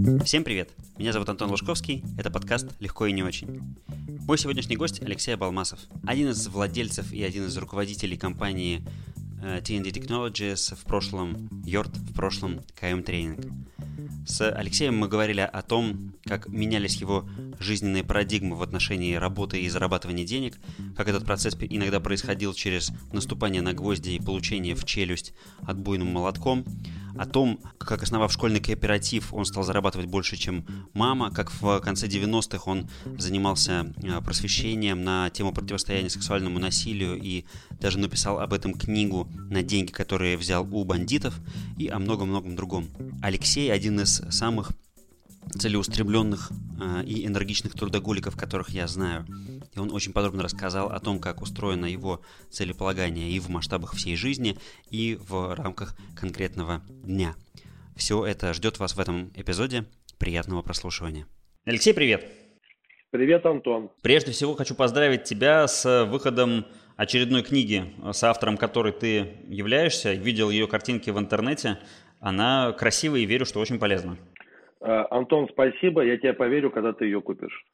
Всем привет! Меня зовут Антон Лужковский, это подкаст «Легко и не очень». Мой сегодняшний гость Алексей Абалмасов, один из владельцев и один из руководителей компании TND Technologies, в прошлом Yort, в прошлом KM Training. С Алексеем мы говорили о том, как менялись его жизненные парадигмы в отношении работы и зарабатывания денег, как этот процесс иногда происходил через наступание на гвозди и получение в челюсть отбойным молотком, о том, как, основав школьный кооператив, он стал зарабатывать больше, чем мама, как в конце 90-х он занимался просвещением на тему противостояния сексуальному насилию и даже написал об этом книгу на деньги, которые взял у бандитов, и о многом-многом другом. Алексей один из самых целеустремленных и энергичных трудоголиков, которых я знаю. И он очень подробно рассказал о том, как устроено его целеполагание и в масштабах всей жизни, и в рамках конкретного дня. Все это ждет вас в этом эпизоде. Приятного прослушивания. Алексей, привет! Привет, Антон! Прежде всего хочу поздравить тебя с выходом очередной книги, с автором которой ты являешься. Видел ее картинки в интернете. Она красивая и верю, что очень полезна. Антон, спасибо, я тебе поверю, когда ты ее купишь.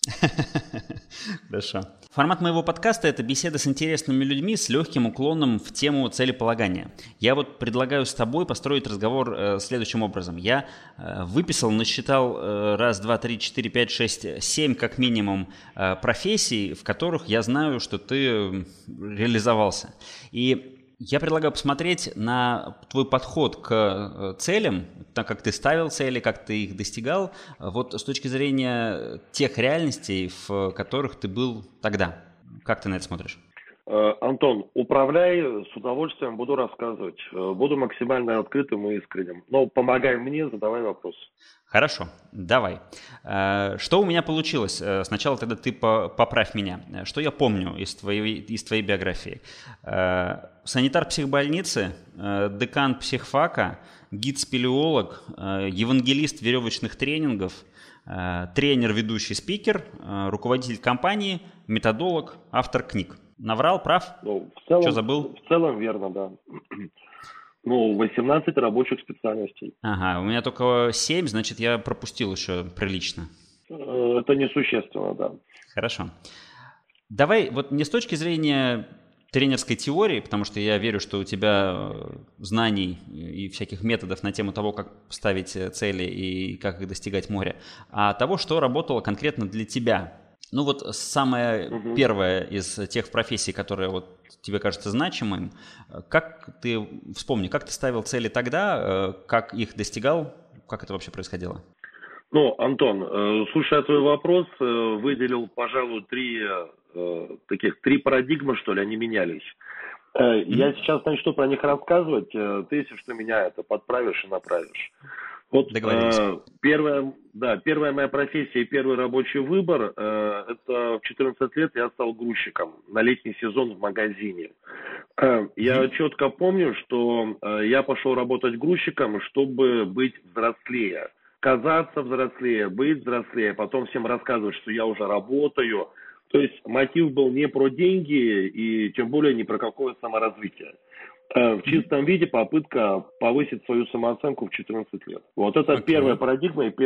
Хорошо. Формат моего подкаста – это беседа с интересными людьми с легким уклоном в тему целеполагания. Я вот предлагаю с тобой построить разговор следующим образом. Я выписал, насчитал 1, 2, 3, 4, 5, 6, 7 как минимум профессий, в которых я знаю, что ты реализовался. И я предлагаю посмотреть на твой подход к целям, так как ты ставил цели, как ты их достигал, вот с точки зрения тех реальностей, в которых ты был тогда. Как ты на это смотришь? Антон, управляй, с удовольствием буду рассказывать. Буду максимально открытым и искренним. Но помогай мне, задавай вопрос. Хорошо, давай. Что у меня получилось? Сначала тогда ты поправь меня. Что я помню из твоей биографии? Санитар психбольницы, декан психфака, гид-спелеолог, евангелист веревочных тренингов, тренер, ведущий спикер, руководитель компании, методолог, автор книг. Наврал, прав? Ну, в целом, что забыл? В целом верно, да. 18 рабочих специальностей. Ага, у меня только 7, значит, я пропустил еще прилично. Это несущественно, да. Хорошо. Давай, вот не с точки зрения тренерской теории, потому что я верю, что у тебя знаний и всяких методов на тему того, как ставить цели и как их достигать моря, а того, что работало конкретно для тебя. Ну вот самое первое из тех профессий, которые вот тебе кажется значимым, вспомни, как ты ставил цели тогда, как их достигал, как это вообще происходило? Ну, Антон, слушая твой вопрос, выделил, пожалуй, три парадигмы, что ли, они менялись. Я сейчас начну про них рассказывать, ты, если что, меня это подправишь и направишь. Вот первая моя профессия и первый рабочий выбор, это в 14 лет я стал грузчиком на летний сезон в магазине. Я четко помню, что я пошел работать грузчиком, чтобы быть взрослее. Казаться взрослее, быть взрослее, потом всем рассказывать, что я уже работаю. То есть мотив был не про деньги и тем более не про какое саморазвитие. В чистом виде попытка повысить свою самооценку в 14 лет. Вот это первая парадигма и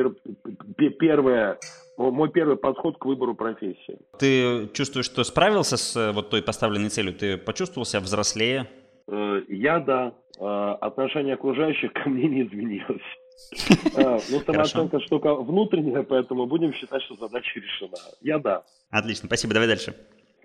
мой первый подход к выбору профессии. Ты чувствуешь, что справился с вот той поставленной целью? Ты почувствовал себя взрослее? Да. Отношение окружающих ко мне не изменилось. Но самооценка штука внутренняя, поэтому будем считать, что задача решена. Да. Отлично, спасибо, давай дальше.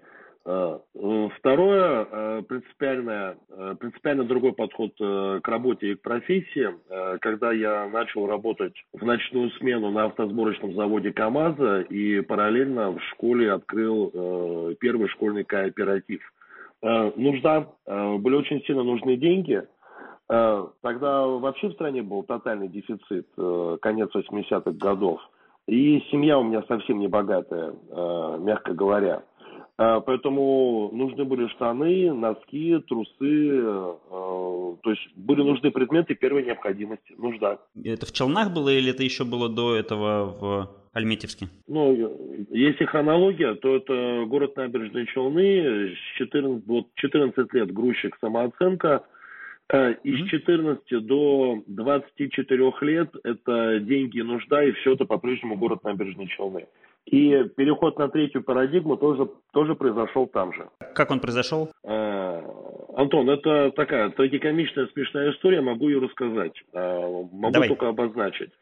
Второе, принципиально другой подход к работе и к профессии. Когда я начал работать в ночную смену на автосборочном заводе КАМАЗа и параллельно в школе открыл первый школьный кооператив. Были очень сильно нужны деньги. Тогда вообще в стране был тотальный дефицит, конец 80-х годов. И семья у меня совсем не богатая, мягко говоря. Поэтому нужны были штаны, носки, трусы, то есть были нужны предметы первой необходимости, нужда. Это в Челнах было или это еще было до этого в Альметьевске? Ну, если хронология, то это город Набережные Челны, 14 лет грузчик, самооценка. Из 14 до 24 лет это деньги и нужда, и все это по-прежнему город Набережные Челны. И переход на третью парадигму тоже произошел там же. Как он произошел? Антон, это такая трагикомичная, смешная история, могу ее рассказать. Могу Давай. только обозначить.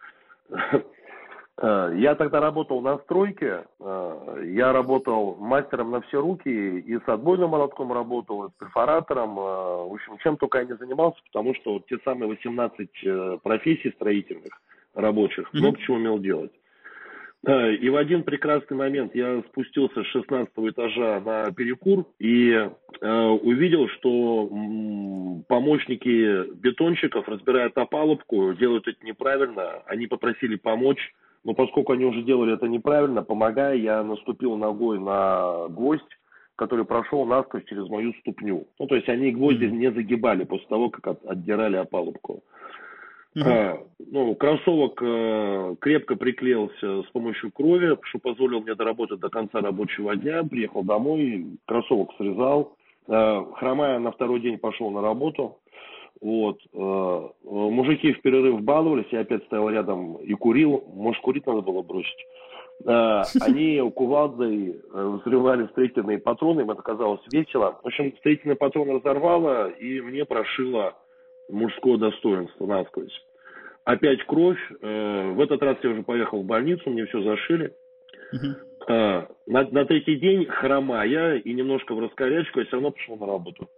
Я тогда работал на стройке, я работал мастером на все руки, и с отбойным молотком работал, и с перфоратором, в общем, чем только я не занимался, потому что вот те самые 18 профессий строительных рабочих много чего умел делать. И в один прекрасный момент я спустился с 16-го этажа на перекур и увидел, что помощники бетонщиков разбирают опалубку, делают это неправильно, они попросили помочь. Но поскольку они уже делали это неправильно, помогая, я наступил ногой на гвоздь, который прошел насквозь через мою ступню. Ну, то есть они гвозди не загибали после того, как отдирали опалубку. Кроссовок крепко приклеился с помощью крови, что позволило мне доработать до конца рабочего дня. Приехал домой, кроссовок срезал. Хромая на второй день пошел на работу. Вот. Мужики в перерыв баловались, я опять стоял рядом и курил. Может, курить надо было бросить. Они кувалдой взрывали строительные патроны, им это казалось весело. В общем, строительный патрон разорвало, и мне прошило мужское достоинство насквозь. Опять кровь. В этот раз я уже поехал в больницу, мне все зашили. На третий день, хромая и немножко в раскорячку, я все равно пошел на работу.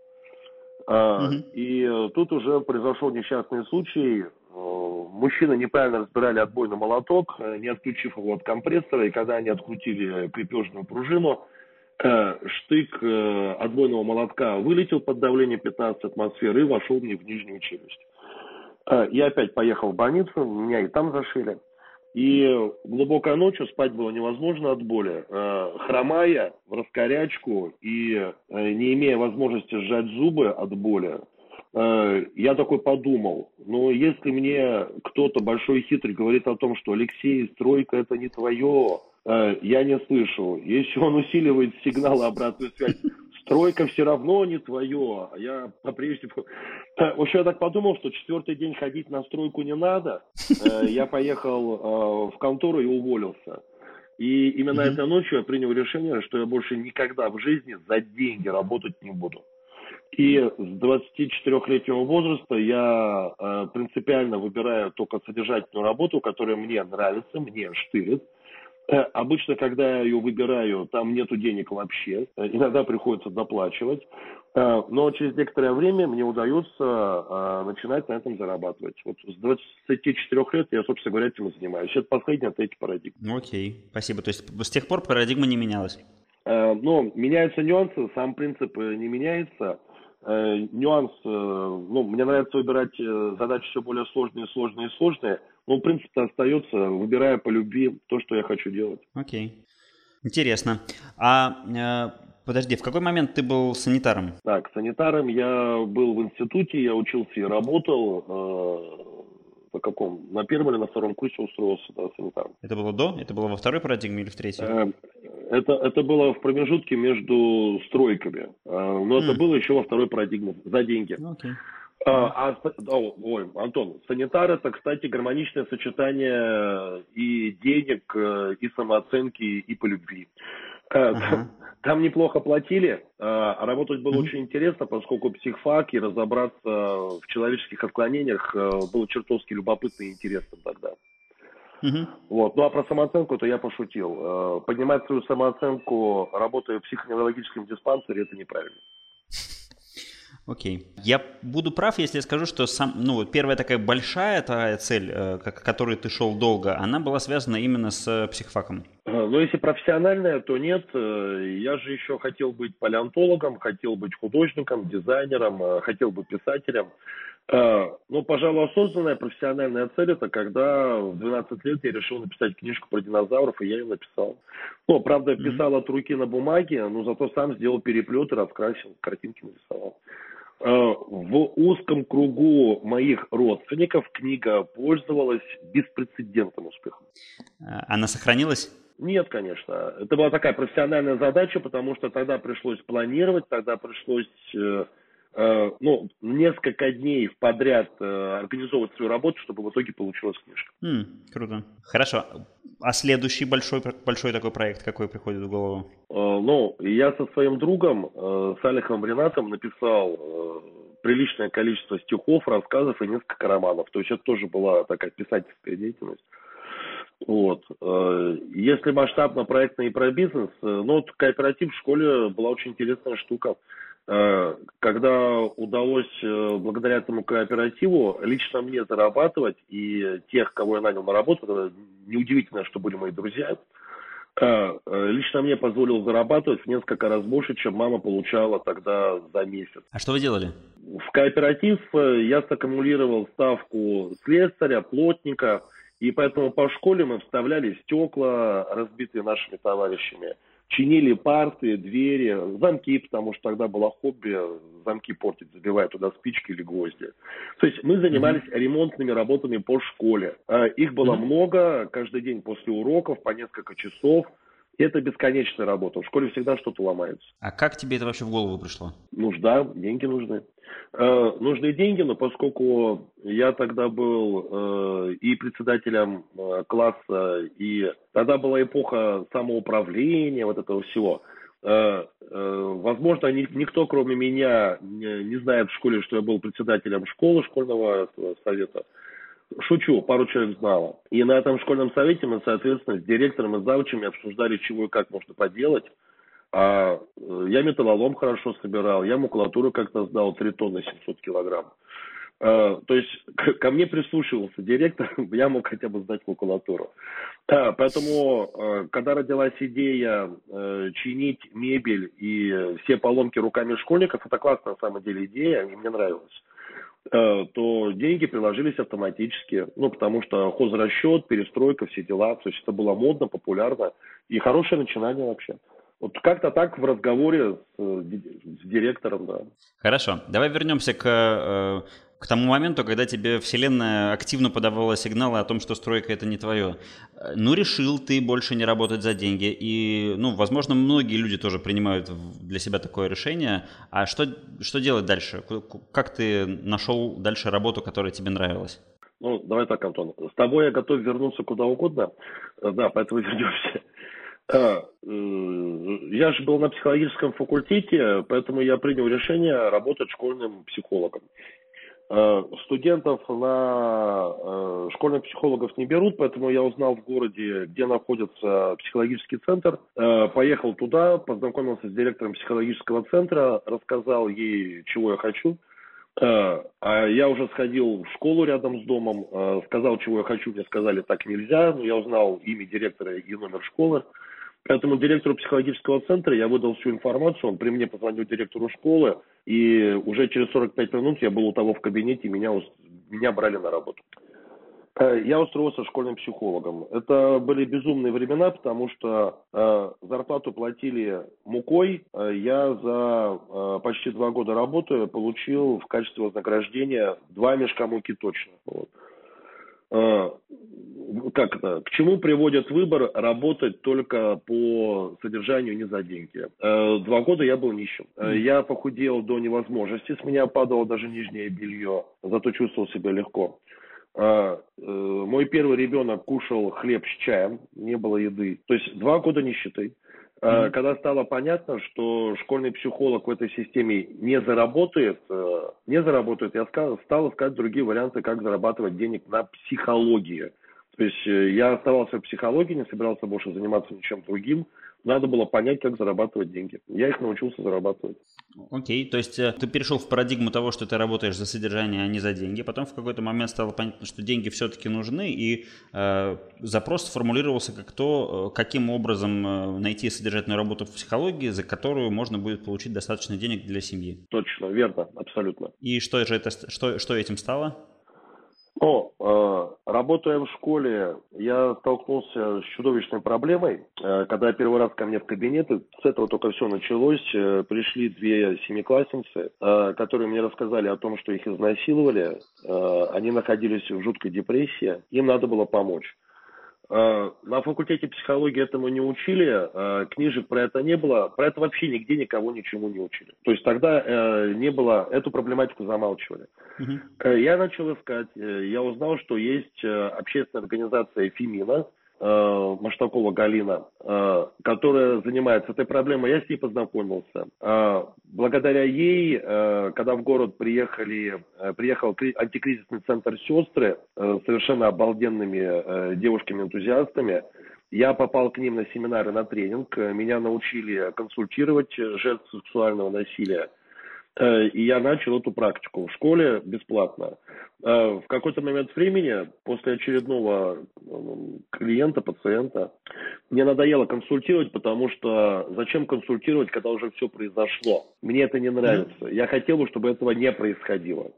И тут уже произошел несчастный случай. Мужчины неправильно разбирали отбойный молоток, не отключив его от компрессора, и когда они открутили крепежную пружину, штык отбойного молотка вылетел под давление 15 атмосфер и вошел мне в нижнюю челюсть. Я опять поехал в больницу, меня и там зашили. И глубокой ночью спать было невозможно от боли. Хромая, в раскорячку и не имея возможности сжать зубы от боли, я такой подумал, если мне кто-то большой и хитрый говорит о том, что Алексей, стройка это не твое, я не слышу. Если он усиливает сигналы, обратную связь, стройка все равно не твое, а я по-прежнему... В общем, я так подумал, что четвертый день ходить на стройку не надо. Я поехал в контору и уволился. И именно этой ночью я принял решение, что я больше никогда в жизни за деньги работать не буду. И с 24-летнего возраста я принципиально выбираю только содержательную работу, которая мне нравится, мне штырит. Обычно, когда я ее выбираю, там нету денег вообще, иногда приходится доплачивать, но через некоторое время мне удается начинать на этом зарабатывать. Вот с 24 лет я, собственно говоря, этим и занимаюсь. Это последняя третья парадигма. Окей, спасибо. То есть с тех пор парадигма не менялась? Но меняются нюансы, сам принцип не меняется. Нюанс, мне нравится выбирать задачи все более сложные, но принцип остается, выбирая по любви то, что я хочу делать. Окей. Интересно. Подожди, в какой момент ты был санитаром? Так, санитаром я был в институте, я учился и работал. На первом или на втором курсе устроился санитаром. Это было до? Это было во второй парадигме или в третьей? Это было в промежутке между стройками. Но это было еще во второй парадигме, за деньги. Okay. Антон, санитар это, кстати, гармоничное сочетание и денег, и самооценки, и по любви. Там неплохо платили, а работать было очень интересно, поскольку психфак и разобраться в человеческих отклонениях было чертовски любопытно и интересно тогда. Вот. А про самооценку то я пошутил. Поднимать свою самооценку, работая в психоневрологическом диспансере, это неправильно. Окей. Я буду прав, если я скажу, что первая такая большая цель, к которой ты шел долго, она была связана именно с психфаком. Если профессиональная, то нет. Я же еще хотел быть палеонтологом, хотел быть художником, дизайнером, хотел быть писателем. Пожалуй, осознанная профессиональная цель – это когда в 12 лет я решил написать книжку про динозавров, и я ее написал. Правда, писал от руки на бумаге, но зато сам сделал переплет и раскрасил, картинки нарисовал. В узком кругу моих родственников книга пользовалась беспрецедентным успехом. Она сохранилась? Нет, конечно. Это была такая профессиональная задача, потому что тогда пришлось планировать, тогда пришлось несколько дней подряд организовывать свою работу, чтобы в итоге получилась книжка. Круто. Хорошо. А следующий большой такой проект какой приходит в голову? Я со своим другом, с Алихом Ринатом, написал приличное количество стихов, рассказов и несколько романов. То есть это тоже была такая писательская деятельность. Вот. Если масштабно, проектно и про бизнес, кооператив в школе была очень интересная штука. Когда удалось благодаря этому кооперативу лично мне зарабатывать, и тех, кого я нанял на работу, неудивительно, что были мои друзья, лично мне позволил зарабатывать в несколько раз больше, чем мама получала тогда за месяц. А что вы делали? В кооператив я саккумулировал ставку слесаря, плотника, и поэтому по школе мы вставляли стекла, разбитые нашими товарищами, чинили парты, двери, замки, потому что тогда было хобби замки портить, забивая туда спички или гвозди. То есть мы занимались ремонтными работами по школе. Их было много, каждый день после уроков, по несколько часов. И это бесконечная работа. В школе всегда что-то ломается. А как тебе это вообще в голову пришло? Нужда, деньги нужны. Нужны деньги, но поскольку я тогда был и председателем класса, и тогда была эпоха самоуправления, вот этого всего. Возможно, никто, кроме меня, не знает в школе, что я был председателем школы, школьного совета. Шучу, пару человек знало. И на этом школьном совете мы, соответственно, с директором и завучами обсуждали, чего и как можно поделать. Я металлолом хорошо собирал, я макулатуру как-то сдал 3 тонны 700 килограмм. То есть ко мне прислушивался директор, я мог хотя бы сдать макулатуру. Поэтому, когда родилась идея чинить мебель и все поломки руками школьников, это классная на самом деле идея, и мне нравилось, то деньги приложились автоматически, потому что хозрасчет, перестройка, все дела, то есть это было модно, популярно и хорошее начинание вообще. Вот как-то так в разговоре с директором, да. Хорошо, давай вернемся к тому моменту, когда тебе Вселенная активно подавала сигналы о том, что стройка — это не твое. Решил ты больше не работать за деньги. И, возможно, многие люди тоже принимают для себя такое решение. А что делать дальше? Как ты нашел дальше работу, которая тебе нравилась? Давай так, Антон. С тобой я готов вернуться куда угодно. Да, поэтому вернемся. Я же был на психологическом факультете, поэтому я принял решение работать школьным психологом. Студентов на школьных психологов не берут, поэтому я узнал в городе, где находится психологический центр. Поехал туда, познакомился с директором психологического центра, рассказал ей, чего я хочу. Я уже сходил в школу рядом с домом, сказал, чего я хочу, мне сказали, так нельзя. Я узнал имя директора и номер школы. Поэтому директору психологического центра я выдал всю информацию, он при мне позвонил директору школы, и уже через 45 минут я был у того в кабинете, меня брали на работу. Я устроился школьным психологом. Это были безумные времена, потому что зарплату платили мукой. Я за почти 2 года работы получил в качестве вознаграждения 2 мешка муки точно. Вот. К чему приводит выбор работать только по содержанию, не за деньги? 2 года я был нищим. Я похудел до невозможности, с меня падало даже нижнее белье, зато чувствовал себя легко. Мой первый ребенок кушал хлеб с чаем, не было еды. То есть 2 года нищеты. Когда стало понятно, что школьный психолог в этой системе не заработает, я стал искать другие варианты, как зарабатывать денег на психологии. То есть я оставался в психологии, не собирался больше заниматься ничем другим. Надо было понять, как зарабатывать деньги. Я их научился зарабатывать. Окей, то есть ты перешел в парадигму того, что ты работаешь за содержание, а не за деньги. Потом в какой-то момент стало понятно, что деньги все-таки нужны, и запрос сформулировался как то, каким образом найти содержательную работу в психологии, за которую можно будет получить достаточно денег для семьи. Точно, верно, абсолютно. И что этим стало? Работая в школе, я столкнулся с чудовищной проблемой. Когда первый раз ко мне в кабинет, с этого только все началось, пришли 2 семиклассницы, которые мне рассказали о том, что их изнасиловали. Они находились в жуткой депрессии, им надо было помочь. На факультете психологии этому не учили, книжек про это не было, про это вообще нигде никого ничему не учили. То есть тогда не было, эту проблематику замалчивали. Я начал искать, я узнал, что есть общественная организация «Фемина», Маштакова Галина, которая занимается этой проблемой, я с ней познакомился. Благодаря ей, когда в город приехал антикризисный центр «Сестры» с совершенно обалденными девушками-энтузиастами, я попал к ним на семинары, на тренинг, меня научили консультировать жертв сексуального насилия. И я начал эту практику в школе бесплатно. В какой-то момент времени, после очередного клиента, пациента, мне надоело консультировать, потому что зачем консультировать, когда уже все произошло? Мне это не нравится. Я хотел, чтобы этого не происходило.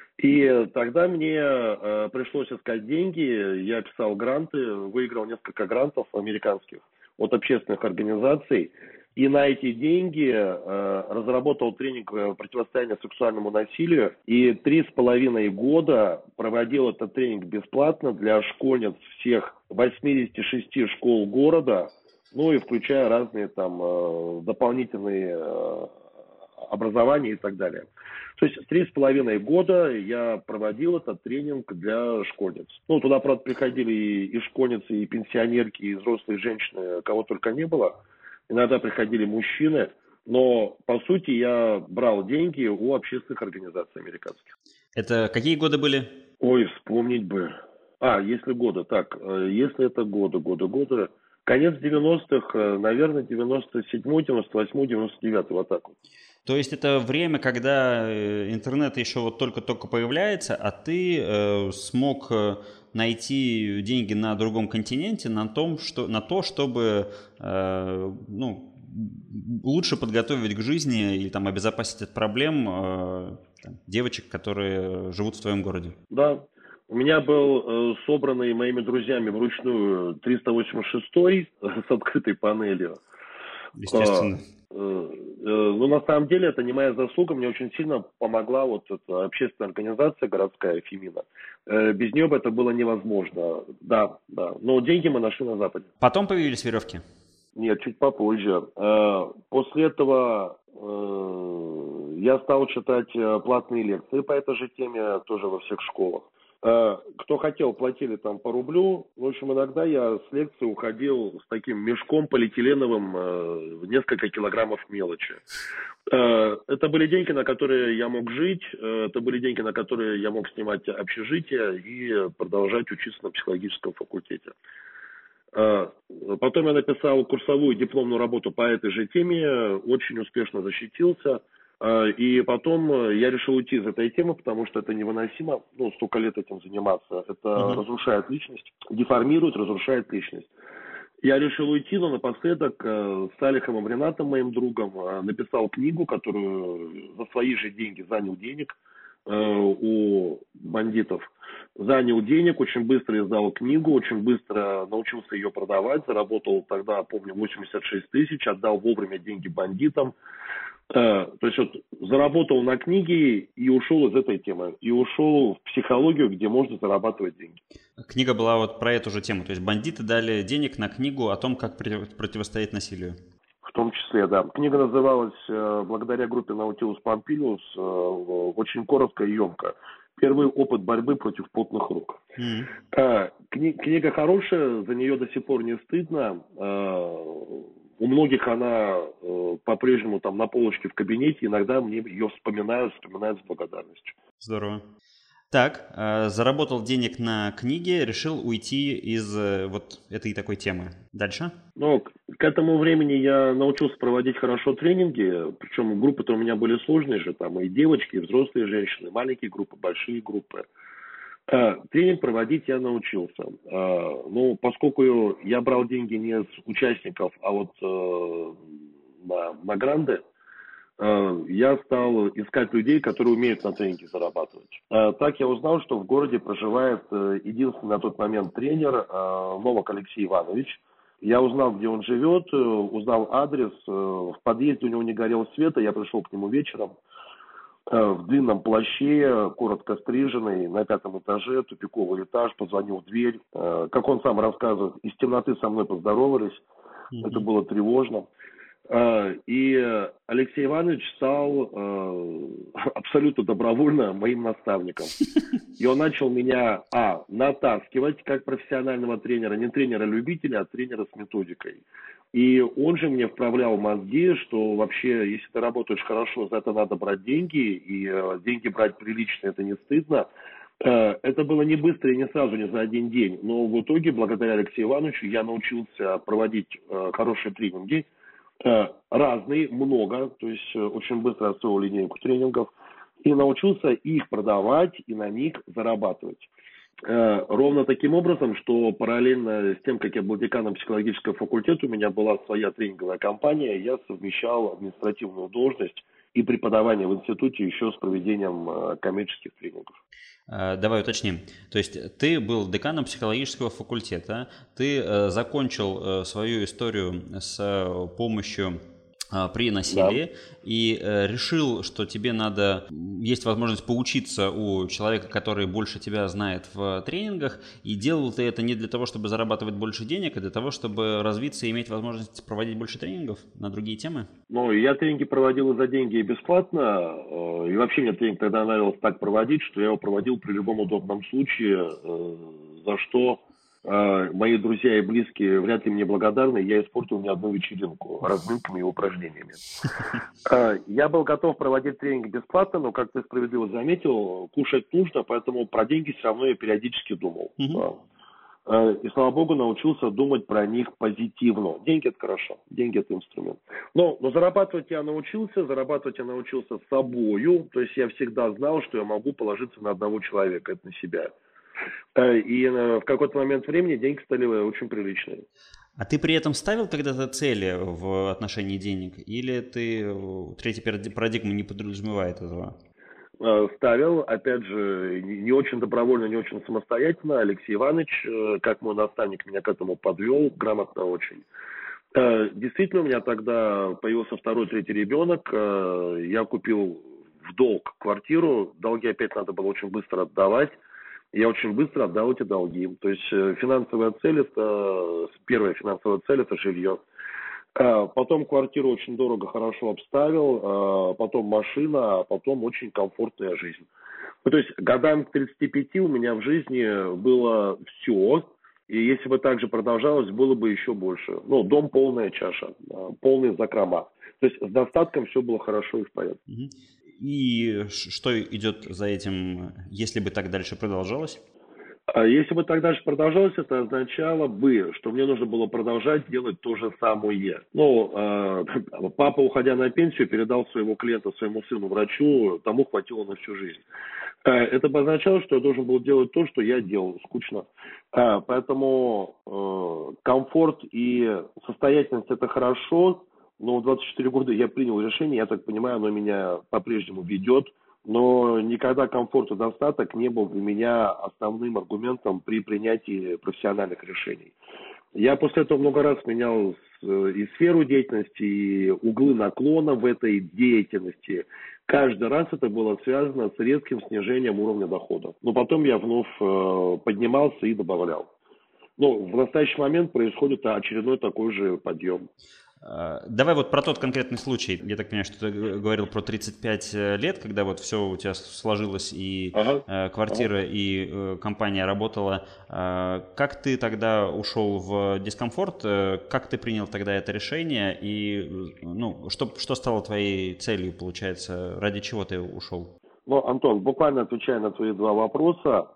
И тогда мне пришлось искать деньги, я писал гранты, выиграл несколько грантов американских от общественных организаций. И на эти деньги разработал тренинг противостояния сексуальному насилию. И 3,5 года проводил этот тренинг бесплатно для школьниц всех 86 школ города, ну и включая разные там дополнительные образования и так далее. То есть 3,5 года я проводил этот тренинг для школьниц. Ну, туда, правда, приходили и школьницы, и пенсионерки, и взрослые женщины, кого только не было. Иногда приходили мужчины, но, по сути, я брал деньги у общественных организаций американских. Это какие годы были? Ой, вспомнить бы. Если годы, так, если это годы. Конец 90-х, наверное, 97-й, 98-й, 99-й, вот так вот. То есть это время, когда интернет еще вот только-только появляется, а ты смог найти деньги на другом континенте на то, чтобы лучше подготовить к жизни или там обезопасить от проблем девочек, которые живут в твоем городе. Да. У меня был собранный моими друзьями вручную 386-й с открытой панелью. Естественно. Но на самом деле это не моя заслуга, мне очень сильно помогла вот эта общественная организация городская «Фемина». Без нее бы это было невозможно. Да. Но деньги мы нашли на Западе. Потом появились веревки? Нет, чуть попозже. После этого я стал читать платные лекции по этой же теме тоже во всех школах. Кто хотел, платили там по рублю. В общем, иногда я с лекции уходил с таким мешком полиэтиленовым в несколько килограммов мелочи. Это были деньги, на которые я мог жить, это были деньги, на которые я мог снимать общежитие и продолжать учиться на психологическом факультете. Потом я написал курсовую дипломную работу по этой же теме, очень успешно защитился. И потом я решил уйти из этой темы, потому что это невыносимо, столько лет этим заниматься. Это разрушает личность, деформирует, разрушает личность. Я решил уйти, но напоследок с Салиховым Ренатом, моим другом, написал книгу, которую за свои же деньги занял денег у бандитов. Занял денег, очень быстро издал книгу, очень быстро научился ее продавать, заработал тогда, помню, 86 тысяч, отдал вовремя деньги бандитам. То есть вот заработал на книге и ушел из этой темы. И ушел в психологию, где можно зарабатывать деньги. Книга была вот про эту же тему. То есть бандиты дали денег на книгу о том, как противостоять насилию. В том числе, да. Книга называлась благодаря группе Nautilus Pompilius очень коротко и емко. Первый опыт борьбы против потных рук. Книга хорошая, за нее до сих пор не стыдно. У многих она по-прежнему там на полочке в кабинете. Иногда мне ее вспоминают с благодарностью. Здорово. Так, заработал денег на книге, решил уйти из вот этой такой темы. Дальше? К этому времени я научился проводить хорошо тренинги. Причем группы-то у меня были сложные же. Там и девочки, и взрослые женщины, маленькие группы, большие группы. Тренинг проводить я научился. Поскольку я брал деньги не с участников, а вот на гранды, я стал искать людей, которые умеют на тренинге зарабатывать. Так я узнал, что в городе проживает единственный на тот момент тренер Новак Алексей Иванович. Я узнал, где он живет, узнал адрес. В подъезде у него не горел свет, я пришел к нему вечером. в длинном плаще, коротко стриженный, на 5-м этаже, тупиковый этаж, позвонил в дверь. Как он сам рассказывает, из темноты со мной поздоровались, это было тревожно. И Алексей Иванович стал абсолютно добровольно моим наставником. И он начал меня, натаскивать как профессионального тренера, не тренера-любителя, а тренера с методикой. И он же мне вправлял мозги, что вообще, если ты работаешь хорошо, за это надо брать деньги, и деньги брать прилично, это не стыдно. Это было не быстро и не сразу, не за один день, но в итоге, благодаря Алексею Ивановичу, я научился проводить хорошие тренинги, разные, много, то есть очень быстро освоил линейку тренингов, и научился их продавать и на них зарабатывать. Ровно таким образом, что параллельно с тем, как я был деканом психологического факультета, у меня была своя тренинговая компания, я совмещал административную должность и преподавание в институте еще с проведением коммерческих тренингов. Давай уточним. То есть ты был деканом психологического факультета, ты закончил свою историю с помощью при насилии, и решил, что тебе надо, есть возможность поучиться у человека, который больше тебя знает в тренингах, и делал ты это не для того, чтобы зарабатывать больше денег, а для того, чтобы развиться и иметь возможность проводить больше тренингов на другие темы? Ну, я тренинги проводил и за деньги, и бесплатно, и вообще мне тренинг тогда нравилось так проводить, что я его проводил при любом удобном случае, за что мои друзья и близкие вряд ли мне благодарны, я испортил не одну вечеринку разминками и упражнениями. Я был готов проводить тренинги бесплатно, но, как ты справедливо заметил, кушать нужно, поэтому про деньги все равно я периодически думал. И, слава богу, научился думать про них позитивно. Деньги – это хорошо, деньги – это инструмент. Но зарабатывать я научился собою, то есть я всегда знал, что я могу положиться на одного человека, это на себя. И в какой-то момент времени деньги стали очень приличные. А ты при этом ставил когда-то цели в отношении денег? Или ты третья парадигма не подразумевает этого? Ставил, опять же, не очень добровольно, не очень самостоятельно. Алексей Иванович, как мой наставник, меня к этому подвел, грамотно очень. Действительно, у меня тогда появился второй, третий ребенок. Я купил в долг квартиру. Долги опять надо было очень быстро отдавать. Я очень быстро отдал эти долги. То есть финансовая цель, первая финансовая цель – это жилье. Потом квартиру очень дорого, хорошо обставил, потом машина, а потом очень комфортная жизнь. Ну, то есть годам к 35 у меня в жизни было все, и если бы так же продолжалось, было бы еще больше. Ну, дом полная чаша, полные закрома. То есть с достатком все было хорошо и в порядке. И что идет за этим, если бы так дальше продолжалось? Если бы так дальше продолжалось, это означало бы, что мне нужно было продолжать делать то же самое. Ну, папа, уходя на пенсию, передал своего клиента своему сыну, врачу, тому хватило на всю жизнь. Это бы означало, что я должен был делать то, что я делал, скучно. Поэтому комфорт и состоятельность – это хорошо, но в 24 года я принял решение, я так понимаю, оно меня по-прежнему ведет. Но никогда комфорт и достаток не был для меня основным аргументом при принятии профессиональных решений. Я после этого много раз менял и сферу деятельности, и углы наклона в этой деятельности. Каждый раз это было связано с резким снижением уровня дохода. Но потом я вновь поднимался и добавлял. Но в настоящий момент происходит очередной такой же подъем. Давай вот про тот конкретный случай. Я так понимаю, что ты говорил про 35 лет, когда вот все у тебя сложилось, и квартира, и компания работала. Как ты тогда ушел в дискомфорт? Как ты принял тогда это решение? И что стало твоей целью, получается? Ради чего ты ушел? Ну, Антон, буквально отвечая на твои два вопроса,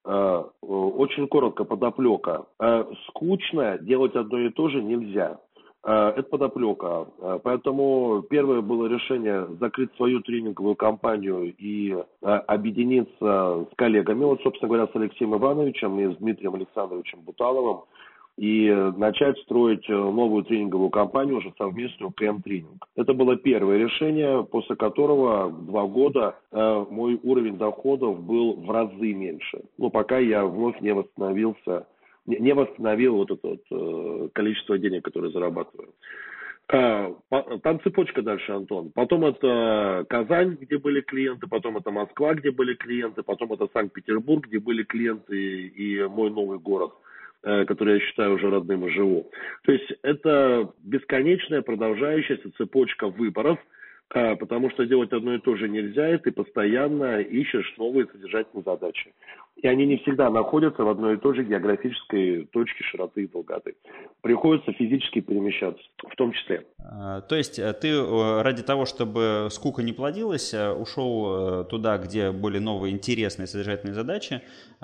очень коротко подоплека. Скучно делать одно и то же нельзя. Это подоплека. Поэтому первое было решение закрыть свою тренинговую компанию и объединиться с коллегами, вот, собственно говоря, с Алексеем Ивановичем и с Дмитрием Александровичем Буталовым, и начать строить новую тренинговую компанию, уже совместную КМ-тренинг. Это было первое решение, после которого 2 года мой уровень доходов был в разы меньше. Ну, пока я вновь не восстановил вот это количество денег, которое зарабатываю. Там цепочка дальше, Антон. Потом это Казань, где были клиенты, потом это Москва, где были клиенты, потом это Санкт-Петербург, где были клиенты, и мой новый город, который я считаю уже родным и живу. То есть это бесконечная продолжающаяся цепочка выборов, потому что делать одно и то же нельзя, и ты постоянно ищешь новые содержательные задачи. И они не всегда находятся в одной и той же географической точке широты и долготы. Приходится физически перемещаться, в том числе. То есть ты ради того, чтобы скука не плодилась, ушел туда, где были новые интересные содержательные задачи,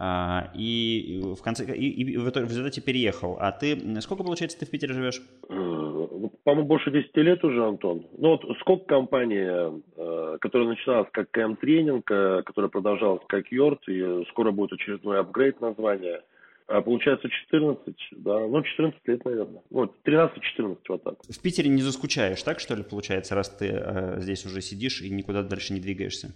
и в конце в результате переехал. А ты сколько, получается, ты в Питере живешь? По-моему, больше 10 лет уже, Антон. Ну вот сколько компания, которая начиналась как КМ Тренинг, которая продолжалась как Йорт, и скоро будет очередной апгрейд названия. Получается 14, да, 14 лет, наверное. Вот, 13-14, вот так. В Питере не заскучаешь, так что ли, получается, раз ты здесь уже сидишь и никуда дальше не двигаешься?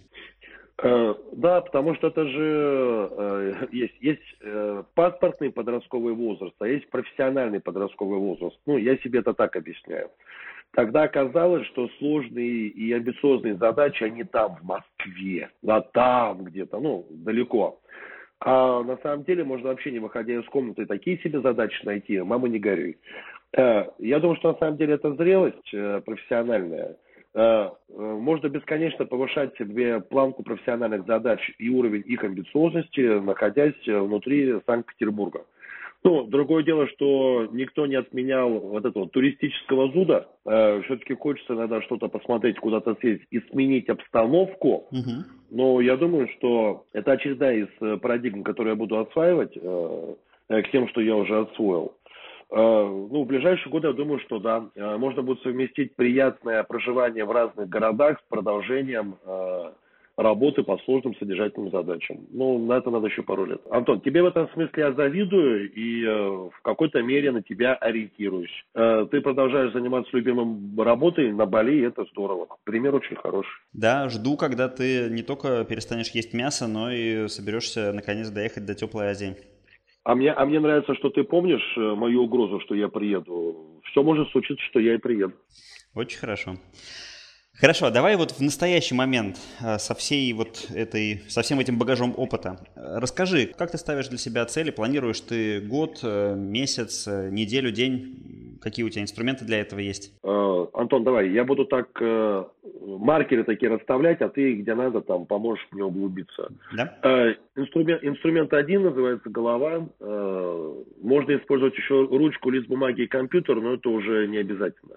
Да, потому что это же есть паспортный подростковый возраст, а есть профессиональный подростковый возраст. Ну, я себе это так объясняю. Тогда оказалось, что сложные и амбициозные задачи, они там, в Москве, да там где-то, далеко. А на самом деле можно вообще, не выходя из комнаты, такие себе задачи найти, мама не горюй. Я думаю, что на самом деле это зрелость профессиональная. Можно бесконечно повышать себе планку профессиональных задач и уровень их амбициозности, находясь внутри Санкт-Петербурга. Другое дело, что никто не отменял вот этого туристического зуда. Все-таки хочется иногда что-то посмотреть, куда-то съездить и сменить обстановку. Но я думаю, что это очередная из парадигм, которые я буду осваивать к тем, что я уже освоил. В ближайшие годы, я думаю, что да, можно будет совместить приятное проживание в разных городах с продолжением работы по сложным содержательным задачам. На это надо еще пару лет. Антон, тебе в этом смысле я завидую и в какой-то мере на тебя ориентируюсь. Ты продолжаешь заниматься любимой работой на Бали, и это здорово. Пример очень хороший. Да, жду, когда ты не только перестанешь есть мясо, но и соберешься наконец доехать до теплой Азии. А мне нравится, что ты помнишь мою угрозу, что я приеду. Все может случиться, что я и приеду. Очень хорошо. Хорошо, давай вот в настоящий момент со всем этим багажом опыта расскажи, как ты ставишь для себя цели, планируешь ты год, месяц, неделю, день, какие у тебя инструменты для этого есть? Антон, давай, я буду так маркеры такие расставлять, а ты где надо там поможешь мне углубиться. Да? Инструмент один называется голова. Можно использовать еще ручку, лист бумаги и компьютер, но это уже не обязательно.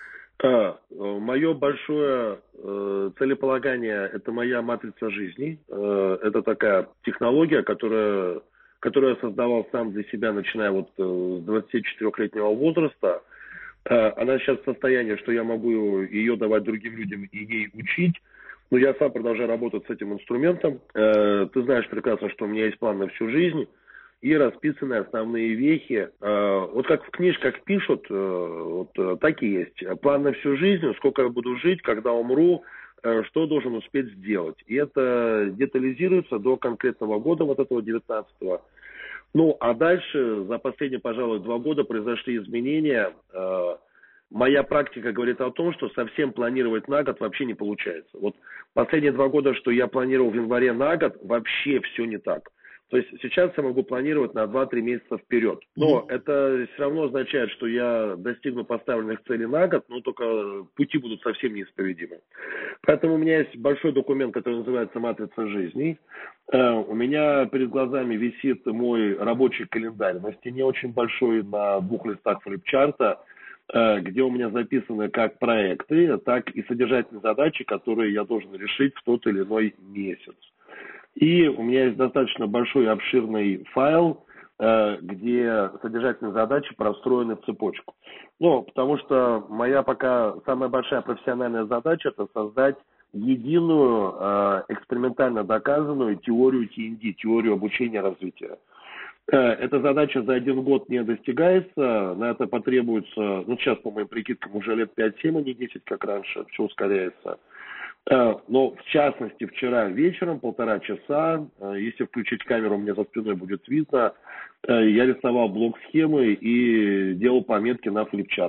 Мое большое целеполагание – это моя матрица жизни. Это такая технология, которую я создавал сам для себя, начиная с 24-летнего возраста. Она сейчас в состоянии, что я могу ее давать другим людям и ей учить. Но я сам продолжаю работать с этим инструментом. Ты знаешь прекрасно, что у меня есть план на всю жизнь. И расписаны основные вехи. Вот как в книжках пишут, так и есть. План на всю жизнь, сколько я буду жить, когда умру, что должен успеть сделать. И это детализируется до конкретного года, вот этого 19-го. А дальше, за последние, пожалуй, 2 года произошли изменения. Моя практика говорит о том, что совсем планировать на год вообще не получается. Вот последние 2 года, что я планировал в январе на год, вообще все не так. То есть сейчас я могу планировать на 2-3 месяца вперед. Но это все равно означает, что я достигну поставленных целей на год, но только пути будут совсем неисповедимы. Поэтому у меня есть большой документ, который называется «Матрица жизни». У меня перед глазами висит мой рабочий календарь. На стене очень большой, на 2 листах флипчарта, где у меня записаны как проекты, так и содержательные задачи, которые я должен решить в тот или иной месяц. И у меня есть достаточно большой обширный файл, где содержательные задачи простроены в цепочку. Потому что моя пока самая большая профессиональная задача – это создать единую, экспериментально доказанную теорию TND, теорию обучения и развития. Эта задача за 1 год не достигается, на это потребуется, сейчас по моим прикидкам уже лет 5-7, а не 10, как раньше, все ускоряется. Но в частности вчера вечером 1,5 часа, если включить камеру, у меня за спиной будет видно, я рисовал блок-схемы и делал пометки на флипчарте.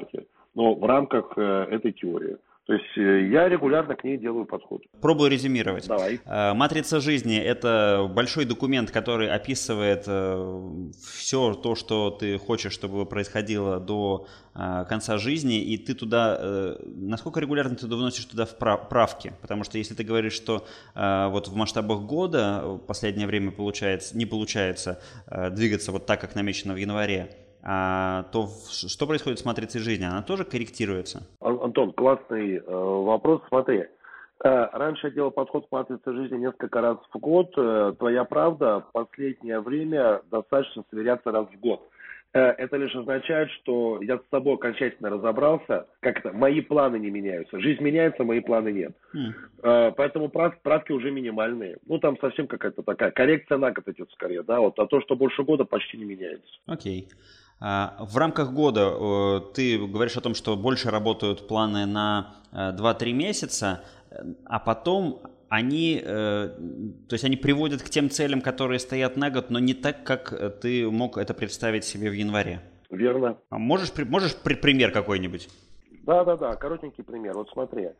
но в рамках этой теории. То есть я регулярно к ней делаю подход. Пробую резюмировать. Давай. «Матрица жизни» — это большой документ, который описывает все то, что ты хочешь, чтобы происходило до конца жизни, и ты туда, насколько регулярно ты вносишь туда правки? Потому что если ты говоришь, что вот в масштабах года в последнее время не получается двигаться вот так, как намечено в январе, то что происходит с матрицей жизни? Она тоже корректируется? Антон, классный вопрос. Смотри, раньше я делал подход к матрице жизни несколько раз в год. Твоя правда, в последнее время достаточно сверяться раз в год. Это лишь означает, что я с собой окончательно разобрался, как это, мои планы не меняются. Жизнь меняется, мои планы нет. Поэтому правки уже минимальные. Ну, там совсем какая-то такая коррекция на год идет скорее, да, вот, а то, что больше года, почти не меняется. Окей. В рамках года ты говоришь о том, что больше работают планы на 2-3 месяца, а потом они приводят к тем целям, которые стоят на год, но не так, как ты мог это представить себе в январе. Верно. Можешь пример какой-нибудь? Да, коротенький пример. Вот смотри.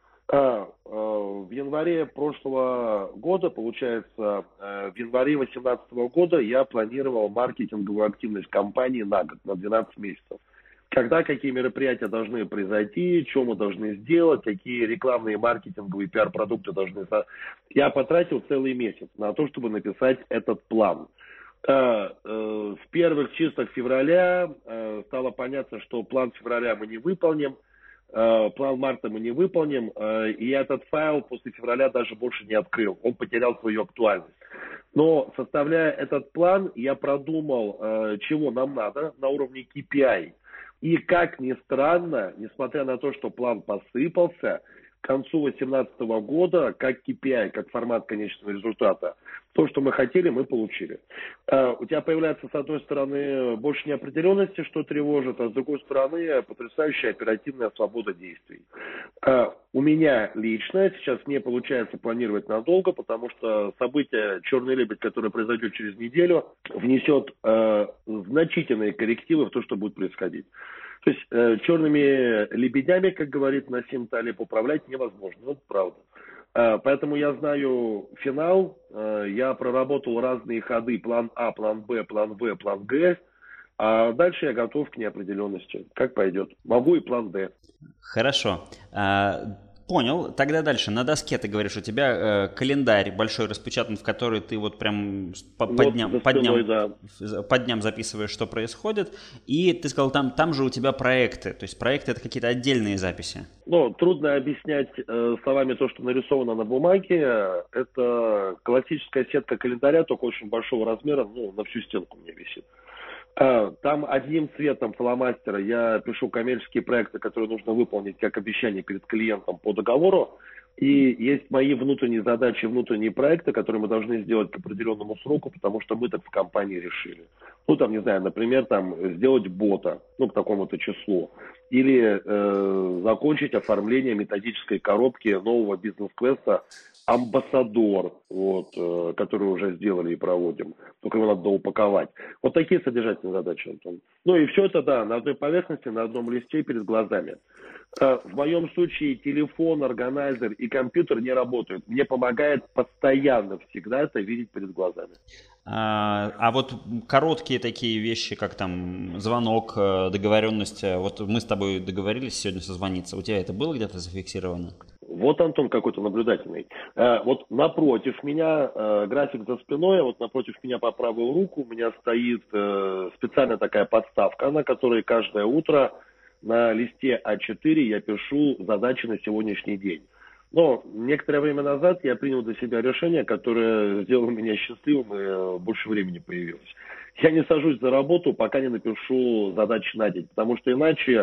В январе прошлого года, получается, в январе 2018 года я планировал маркетинговую активность компании на год, на 12 месяцев. Когда какие мероприятия должны произойти, что мы должны сделать, какие рекламные, маркетинговые, пиар-продукты должны... Я потратил целый месяц на то, чтобы написать этот план. В первых числах февраля стало понятно, что план февраля мы не выполним, план марта мы не выполним, и я этот файл после февраля даже больше не открыл. Он потерял свою актуальность. Но составляя этот план, я продумал, чего нам надо на уровне KPI. И как ни странно, несмотря на то, что план посыпался, к концу 2018 года, как KPI, как формат конечного результата, то, что мы хотели, мы получили. У тебя появляется, с одной стороны, больше неопределенности, что тревожит, а с другой стороны, потрясающая оперативная свобода действий. У меня лично сейчас не получается планировать надолго, потому что событие «Черный лебедь», которое произойдет через неделю, внесет значительные коррективы в то, что будет происходить. То есть черными лебедями, как говорит Насим Талиб, управлять невозможно. Это правда. Поэтому я знаю финал, я проработал разные ходы, план А, план Б, план В, план Г, а дальше я готов к неопределенности. Как пойдет. Могу и план Д. Хорошо. Понял. Тогда дальше. На доске ты говоришь, у тебя календарь большой распечатан, в который ты вот прям по дням записываешь, что происходит. И ты сказал, там же у тебя проекты. То есть проекты — это какие-то отдельные записи. Ну, трудно объяснять словами то, что нарисовано на бумаге. Это классическая сетка календаря, только очень большого размера, на всю стенку у меня висит. Там одним цветом фломастера я пишу коммерческие проекты, которые нужно выполнить как обещание перед клиентом по договору. И есть мои внутренние задачи, внутренние проекты, которые мы должны сделать к определенному сроку, потому что мы так в компании решили. Не знаю, например, сделать бота, к такому-то числу. Или закончить оформление методической коробки нового бизнес-квеста «Амбассадор», который уже сделали и проводим. Только его надо упаковать. Вот такие содержательные задачи, Антон. И все это, на одной поверхности, на одном листе перед глазами. В моем случае телефон, органайзер и компьютер не работают. Мне помогает постоянно всегда это видеть перед глазами. А вот короткие такие вещи, как звонок, договоренность. Вот мы с тобой договорились сегодня созвониться. У тебя это было где-то зафиксировано? Вот Антон какой-то наблюдательный. Вот напротив меня, график за спиной, а вот напротив меня по правую руку у меня стоит специальная такая подставка, на которой каждое утро на листе А4 я пишу задачи на сегодняшний день. Но некоторое время назад я принял для себя решение, которое сделало меня счастливым, и больше времени появилось. Я не сажусь за работу, пока не напишу задачи на день, потому что иначе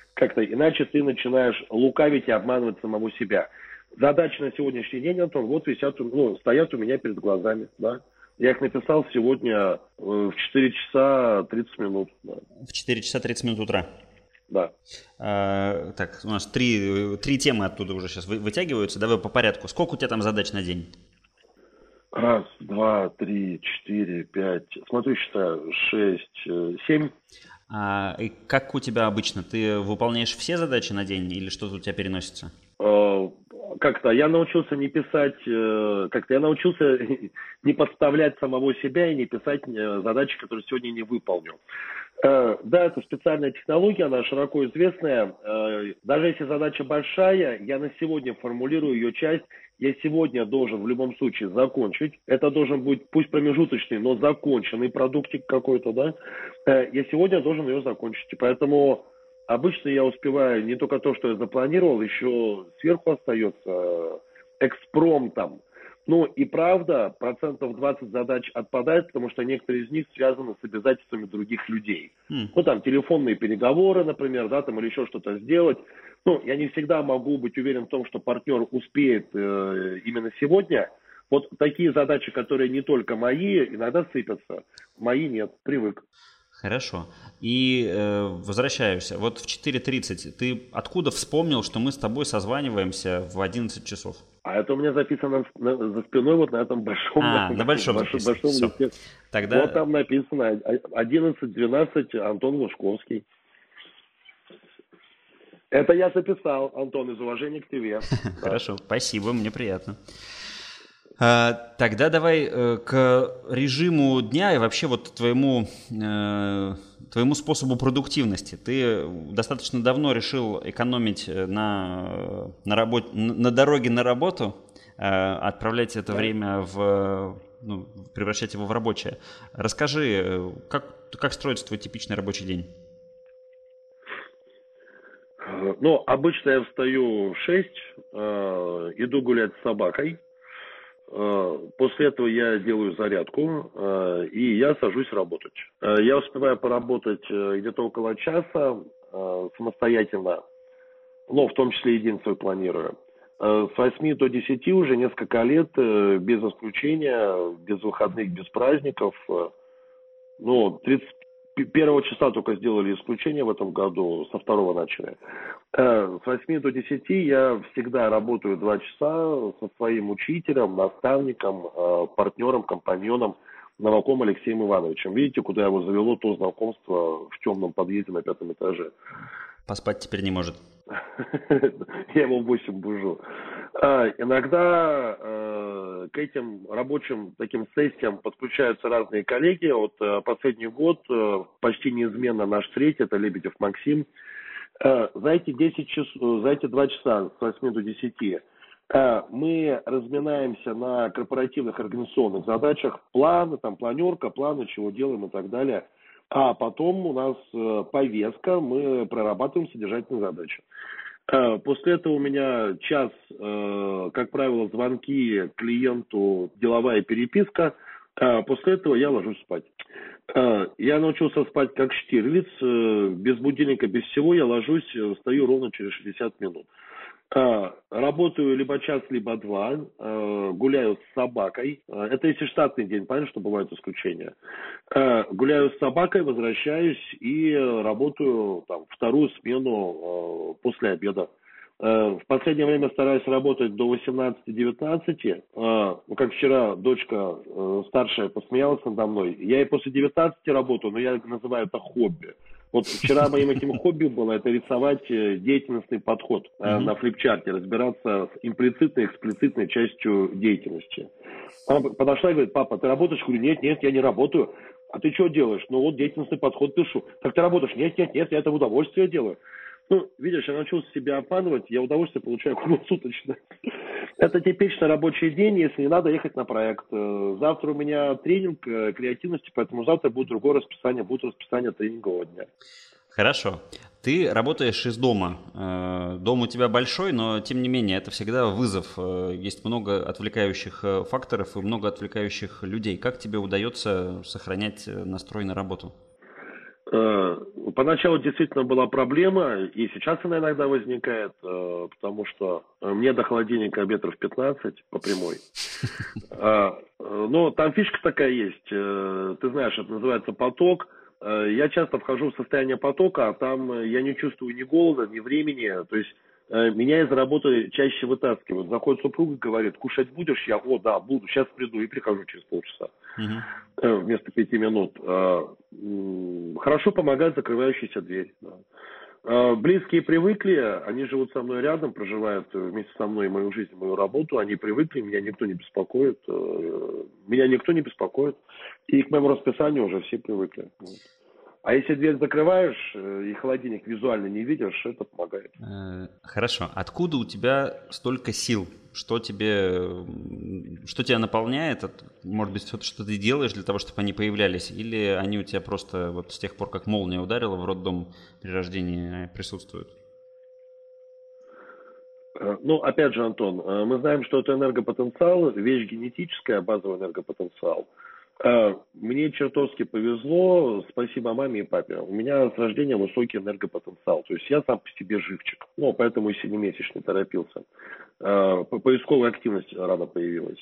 ты начинаешь лукавить и обманывать самого себя. Задачи на сегодняшний день, Антон, висят, стоят у меня перед глазами, да. Я их написал сегодня в 4 часа 30 минут. Да. В 4 часа 30 минут утра? Да. Так, у нас три темы оттуда уже сейчас вытягиваются. Давай по порядку. Сколько у тебя там задач на день? 1, 2, 3, 4, 5. Смотрю, считаю. 6, 7. И как у тебя обычно? Ты выполняешь все задачи на день или что-то у тебя переносится? Как-то я научился не писать, как-то я научился не подставлять самого себя и не писать задачи, которые сегодня не выполню. Да, это специальная технология, она широко известная. Даже если задача большая, я на сегодня формулирую ее часть. Я сегодня должен в любом случае закончить. Это должен быть, пусть промежуточный, но законченный продуктик какой-то, да. Я сегодня должен ее закончить. И поэтому обычно я успеваю не только то, что я запланировал, еще сверху остается экспромтом. Ну и правда, 20% задач отпадает, потому что некоторые из них связаны с обязательствами других людей. Ну там телефонные переговоры, например, да, там или еще что-то сделать. Ну, я не всегда могу быть уверен в том, что партнер успеет именно сегодня. Вот такие задачи, которые не только мои, иногда сыпятся. Мои нет, привык. Хорошо. И возвращаюсь. Вот в 4:30 ты откуда вспомнил, что мы с тобой созваниваемся в 11 часов? А это у меня записано за спиной вот на этом большом, на большом листе. Тогда... Вот там написано 11:12 Антон Лужковский. Это я записал, Антон, из уважения к тебе. Хорошо, спасибо, мне приятно. Тогда давай к режиму дня и вообще вот твоему способу продуктивности. Ты достаточно давно решил экономить на дороге на работу, отправлять это время превращать его в рабочее. Расскажи, как строится твой типичный рабочий день? Ну, обычно я встаю в 6, иду гулять с собакой. После этого я делаю зарядку, и я сажусь работать. Я успеваю поработать где-то около часа самостоятельно, но в том числе и день свой планирую. С 8 до 10 уже несколько лет, без исключения, без выходных, без праздников. Ну, 31 числа только сделали исключение в этом году, со 2 начали. С 8 до 10 я всегда работаю 2 часа со своим учителем, наставником, партнером, компаньоном Новаком Алексеем Ивановичем. Видите, куда его завело то знакомство в темном подъезде на 5-м этаже. Поспать теперь не может. Я его в 8 бужу. Иногда к этим рабочим таким сессиям подключаются разные коллеги. Вот последний год почти неизменно наш третий, это Лебедев Максим. За эти 2 часа с 8 до 10 мы разминаемся на корпоративных организационных задачах, планы, там планерка, планы, чего делаем и так далее. А потом у нас повестка, мы прорабатываем содержательные задачи. После этого у меня час, как правило, звонки клиенту, деловая переписка. После этого я ложусь спать. Я научился спать как Штирлиц, без будильника, без всего. Я ложусь, встаю ровно через 60 минут. Работаю либо час, либо 2, гуляю с собакой. Это если штатный день, понятно, что бывают исключения. Гуляю с собакой, возвращаюсь и работаю там, вторую смену после обеда. В последнее время стараюсь работать до 18-19. Как вчера дочка старшая посмеялась надо мной. Я и после 19 работаю, но я называю это хобби. Вот вчера моим этим хобби было это рисовать деятельностный подход на флипчарте, разбираться с имплицитной и эксплицитной частью деятельности. Она подошла и говорит: папа, ты работаешь? Я говорю: нет, я не работаю. А ты что делаешь? Ну вот деятельностный подход пишу. Так ты работаешь? Нет, я это в удовольствие делаю. Ну, видишь, я научился себя обманывать, я удовольствие получаю круглосуточно. Это типичный рабочий день, если не надо ехать на проект. Завтра у меня тренинг креативности, поэтому завтра будет другое расписание, будет расписание тренингового дня. Хорошо. Ты работаешь из дома. Дом у тебя большой, но тем не менее это всегда вызов. Есть много отвлекающих факторов и много отвлекающих людей. Как тебе удается сохранять настрой на работу? Поначалу действительно была проблема, и сейчас она иногда возникает, потому что мне до холодильника метров 15 по прямой. Но там фишка такая есть, ты знаешь, это называется поток. Я часто вхожу в состояние потока, а там я не чувствую ни голода, ни времени. То есть Меня из работы чаще вытаскивают. Заходит супруга и говорит, кушать будешь? Я, да, буду, сейчас приду и прихожу через полчаса. Вместо 5 минут. Хорошо помогает закрывающаяся дверь. Да. Близкие привыкли, они живут со мной рядом, проживают вместе со мной мою жизнь, мою работу, они привыкли, меня никто не беспокоит. И к моему расписанию уже все привыкли. А если дверь закрываешь и холодильник визуально не видишь, это помогает. Хорошо. Откуда у тебя столько сил? Что тебя наполняет? Может быть, что ты делаешь для того, чтобы они появлялись? Или они у тебя просто вот с тех пор, как молния ударила в роддом при рождении, присутствуют? Ну, опять же, Антон, мы знаем, что это энергопотенциал, вещь генетическая, базовый энергопотенциал. Мне чертовски повезло, спасибо маме и папе. У меня с рождения высокий энергопотенциал. То есть я сам по себе живчик. Ну, поэтому и 7-месячный торопился. Поисковая активность рано появилась.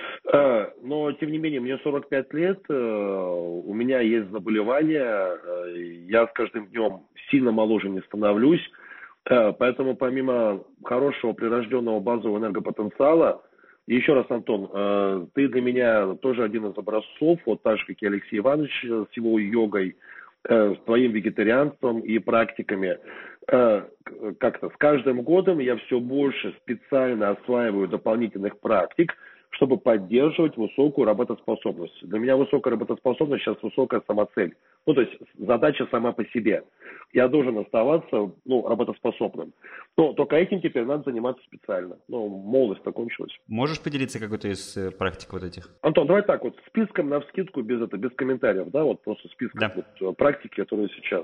Но, тем не менее, мне 45 лет, у меня есть заболевания, я с каждым днем сильно моложе не становлюсь. Поэтому помимо хорошего прирожденного базового энергопотенциала, и еще раз, Антон, ты для меня тоже один из образцов, вот так же, как и Алексей Иванович с его йогой, с твоим вегетарианством и практиками. Как-то с каждым годом я все больше специально осваиваю дополнительных практик, чтобы поддерживать высокую работоспособность. Для меня высокая работоспособность сейчас высокая самоцель. Ну, то есть задача сама по себе. Я должен оставаться, работоспособным. Но только этим теперь надо заниматься специально. Молодость-то кончилась. Можешь поделиться какой-то из практик вот этих? Антон, давай так вот, списком навскидку, без комментариев, да, вот просто списком вот, практики, которые сейчас.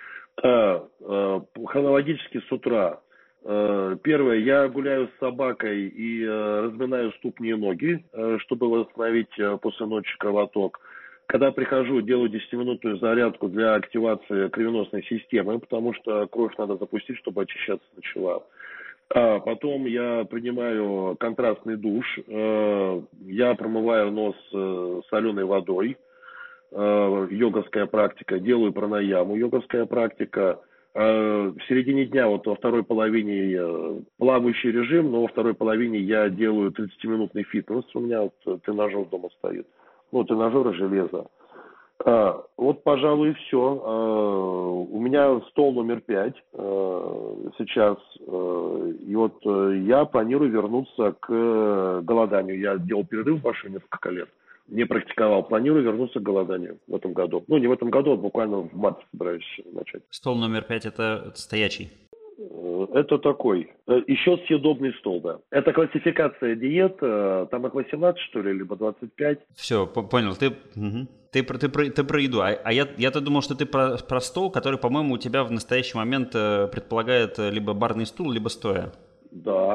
Хронологически с утра. Первое, я гуляю с собакой и разминаю ступни и ноги, чтобы восстановить после ночи кровоток. Когда прихожу, делаю 10-минутную зарядку для активации кровеносной системы, потому что кровь надо запустить, чтобы очищаться начала. Потом я принимаю контрастный душ, я промываю нос соленой водой, йоговская практика, делаю пранаяму, йоговская практика. В середине дня, вот во второй половине плавающий режим, но во второй половине я делаю 30-минутный фитнес. У меня вот тренажер дома стоит. Тренажер и железо. Вот, пожалуй, и все. У меня стол номер 5 сейчас. И вот я планирую вернуться к голоданию. Я делал перерыв в машине несколько лет. Не практиковал. Планирую вернуться к голоданию в этом году. Не в этом году, а буквально в марте собираюсь начать. Стол номер 5 – это стоячий? Это такой. Еще съедобный стол, да. Это классификация диет. Там их 18, что ли, либо 25. Все, понял. Ты про еду. А я-то думал, что ты про стол, который, по-моему, у тебя в настоящий момент предполагает либо барный стул, либо стоя. Да.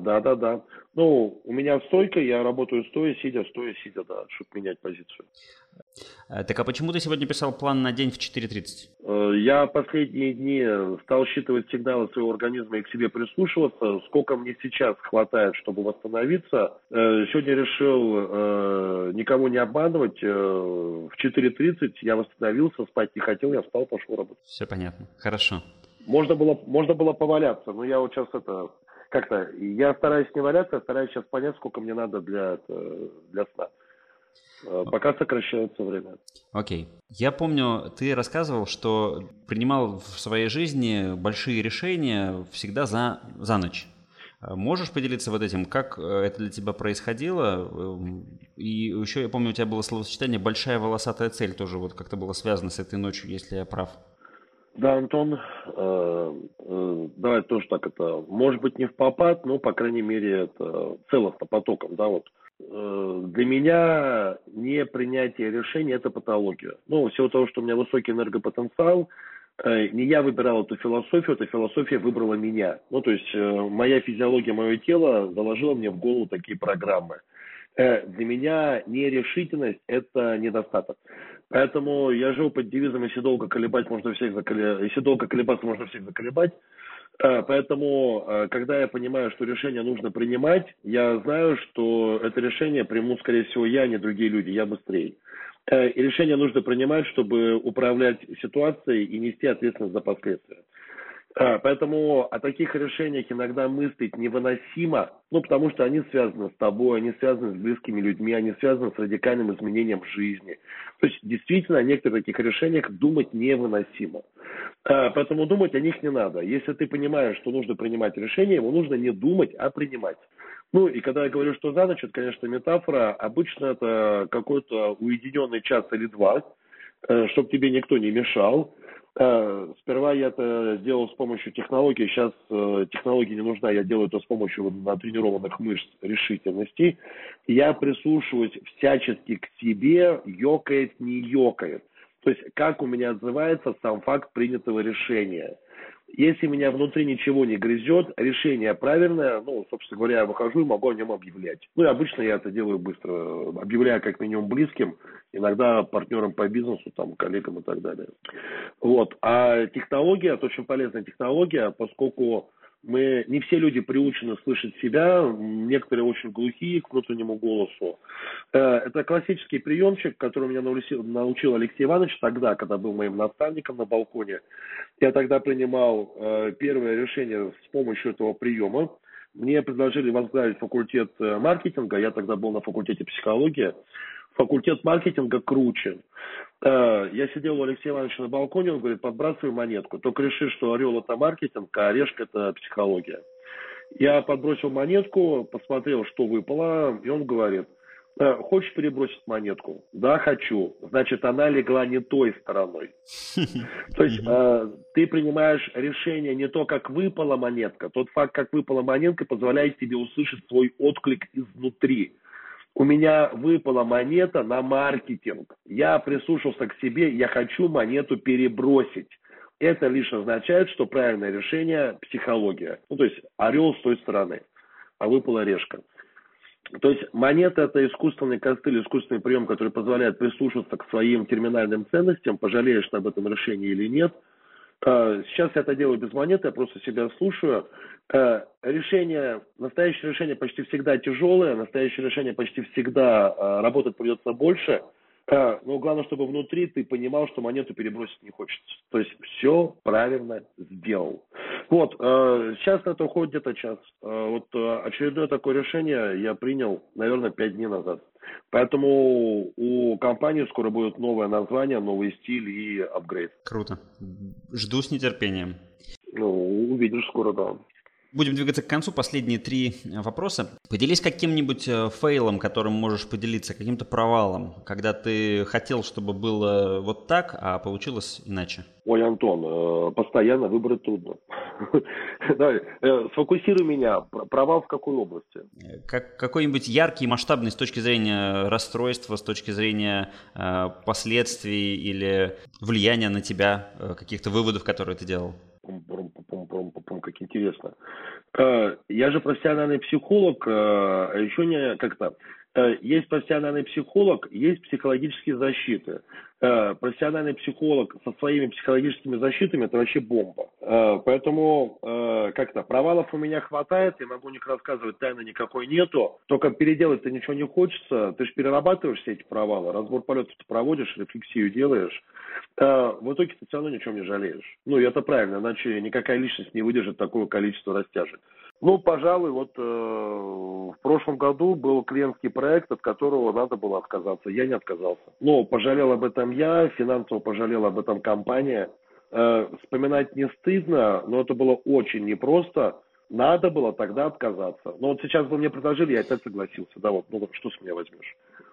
У меня стойка, я работаю стоя, сидя, да, чтобы менять позицию. Так а почему ты сегодня писал план на день в 4:30? Я последние дни стал считывать сигналы своего организма и к себе прислушиваться, сколько мне сейчас хватает, чтобы восстановиться. Сегодня решил никого не обманывать. В 4:30 я восстановился, спать не хотел, я встал, пошел работать. Все понятно, хорошо. Можно было поваляться, но я вот сейчас я стараюсь не валяться, я стараюсь сейчас понять, сколько мне надо для сна. Пока сокращается время. Окей. Я помню, ты рассказывал, что принимал в своей жизни большие решения всегда за ночь. Можешь поделиться вот этим, как это для тебя происходило? И еще я помню, у тебя было словосочетание «большая волосатая цель», тоже вот как-то было связано с этой ночью, если я прав. Да, Антон, давай тоже так может быть не в попад, но, по крайней мере, это целостно, потоком, да, вот. Для меня не принятие решения – это патология. В силу того, что у меня высокий энергопотенциал, не я выбирал эту философию, эта философия выбрала меня. То есть моя физиология, мое тело заложило мне в голову такие программы. Для меня нерешительность – это недостаток. Поэтому я жил под девизом «Если долго колебаться, можно всех заколебать». Поэтому, когда я понимаю, что решение нужно принимать, я знаю, что это решение приму, скорее всего, я, а не другие люди, я быстрее. И решение нужно принимать, чтобы управлять ситуацией и нести ответственность за последствия. Поэтому о таких решениях иногда мыслить невыносимо, потому что они связаны с тобой, они связаны с близкими людьми, они связаны с радикальным изменением жизни. То есть действительно о некоторых таких решениях думать невыносимо. Поэтому думать о них не надо. Если ты понимаешь, что нужно принимать решение, его нужно не думать, а принимать. И когда я говорю, что за ночь, это, конечно, метафора. Обычно это какой-то уединенный час или два, чтобы тебе никто не мешал. Сперва я это делал с помощью технологий, сейчас технология не нужна, я делаю это с помощью натренированных мышц решительности. Я прислушиваюсь всячески к себе, ёкает, не ёкает. То есть, как у меня отзывается сам факт принятого решения. Если меня внутри ничего не грызет, решение правильное, собственно говоря, я выхожу и могу о нем объявлять. И обычно я это делаю быстро, объявляю как минимум близким, иногда партнерам по бизнесу, коллегам и так далее. А технология, это очень полезная технология, поскольку не все люди приучены слышать себя, некоторые очень глухие к внутреннему голосу. Это классический приемчик, который меня научил Алексей Иванович тогда, когда был моим наставником на балконе. Я тогда принимал первое решение с помощью этого приема. Мне предложили возглавить факультет маркетинга, я тогда был на факультете психологии. Факультет маркетинга круче. Я сидел у Алексея Ивановича на балконе, он говорит, подбрасывай монетку. Только реши, что орел это маркетинг, а орешка это психология. Я подбросил монетку, посмотрел, что выпало, и он говорит, хочешь перебросить монетку? Да, хочу. Значит, она легла не той стороной. То есть ты принимаешь решение не то, как выпала монетка. Тот факт, как выпала монетка, позволяет тебе услышать свой отклик изнутри. У меня выпала монета на маркетинг. Я прислушался к себе, я хочу монету перебросить. Это лишь означает, что правильное решение – психология. То есть орел с той стороны, а выпала орешка. То есть монета – это искусственный костыль, искусственный прием, который позволяет прислушаться к своим терминальным ценностям, пожалеешь ты об этом решении или нет. Сейчас я это делаю без монеты, я просто себя слушаю. Настоящее решение почти всегда тяжелое, настоящее решение почти всегда работать придется больше. Но главное, чтобы внутри ты понимал, что монету перебросить не хочется. То есть все правильно сделал. Сейчас на это уходит где-то час. Очередное такое решение я принял, наверное, 5 дней назад. Поэтому у компании скоро будет новое название, новый стиль и апгрейд. Круто. Жду с нетерпением. Увидишь скоро, да. Будем двигаться к концу. Последние 3 вопроса. Поделись каким-нибудь фейлом, которым можешь поделиться, каким-то провалом, когда ты хотел, чтобы было вот так, а получилось иначе. Ой, Антон, постоянно выбрать трудно. Сфокусируй меня. Провал в какой области? Какой-нибудь яркий, масштабный с точки зрения расстройства, с точки зрения последствий или влияния на тебя, каких-то выводов, которые ты делал? Как интересно. Я же профессиональный психолог, а еще не как-то. Есть профессиональный психолог, есть психологические защиты. Профессиональный психолог со своими психологическими защитами – это вообще бомба. Поэтому провалов у меня хватает, я могу не рассказывать, тайны никакой нету. Только переделать-то ничего не хочется. Ты же перерабатываешь все эти провалы, разбор полетов ты проводишь, рефлексию делаешь. В итоге ты все равно ничего не жалеешь. И это правильно, иначе никакая личность не выдержит такое количество растяжек. Пожалуй, в прошлом году был клиентский проект, от которого надо было отказаться. Я не отказался. Пожалел об этом я, финансово пожалела об этом компания. Вспоминать не стыдно, но это было очень непросто. Надо было тогда отказаться. Сейчас бы мне предложили, я опять согласился. Да, что с меня возьмешь?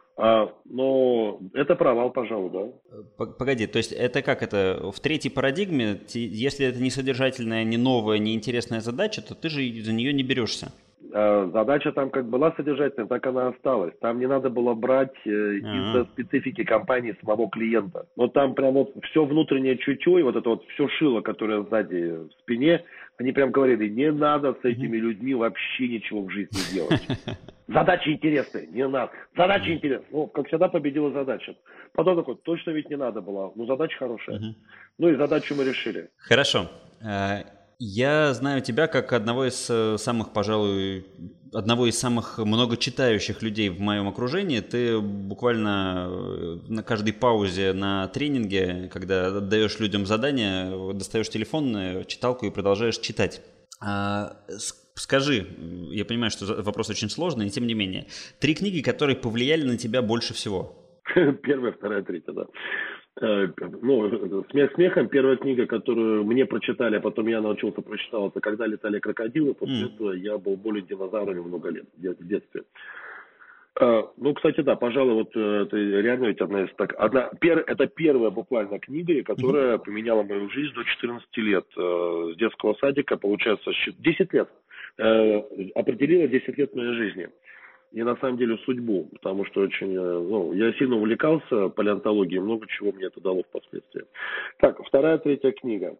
Но это провал, пожалуй, да. Погоди, то есть это как это? В третьей парадигме, если это не содержательная, не новая, не интересная задача, то ты же за нее не берешься. Задача там как была содержательная, так она осталась. Там не надо было брать из-за специфики компании самого клиента. Но там прям все внутреннее чутье, и это все шило, которое сзади в спине, они прям говорили, не надо с этими людьми вообще ничего в жизни делать. Задача интересная, не надо. Задача интересная. Как всегда, победила задача. Потом такой, точно ведь не надо было. Задача хорошая. И задачу мы решили. Хорошо. Я знаю тебя как одного из самых, пожалуй, одного из самых многочитающих людей в моем окружении. Ты буквально на каждой паузе на тренинге, когда отдаешь людям задания, достаешь телефон, читалку и продолжаешь читать. Скажи, я понимаю, что вопрос очень сложный, но тем не менее, 3 книги, которые повлияли на тебя больше всего. Первая, вторая, третья, да. Ну, смех смехом, первая книга, которую мне прочитали, а потом я научился прочитал, это «Когда летали крокодилы». После этого я был более динозаврами много лет в детстве. Ну, кстати, да, пожалуй, вот это реально ведь одна из это первая буквально книга, которая поменяла мою жизнь до 14 лет. С детского садика, получается, 10 лет. Определила 10 лет моей жизни. И на самом деле судьбу, потому что очень, я сильно увлекался палеонтологией, много чего мне это дало впоследствии. Так, вторая, третья книга.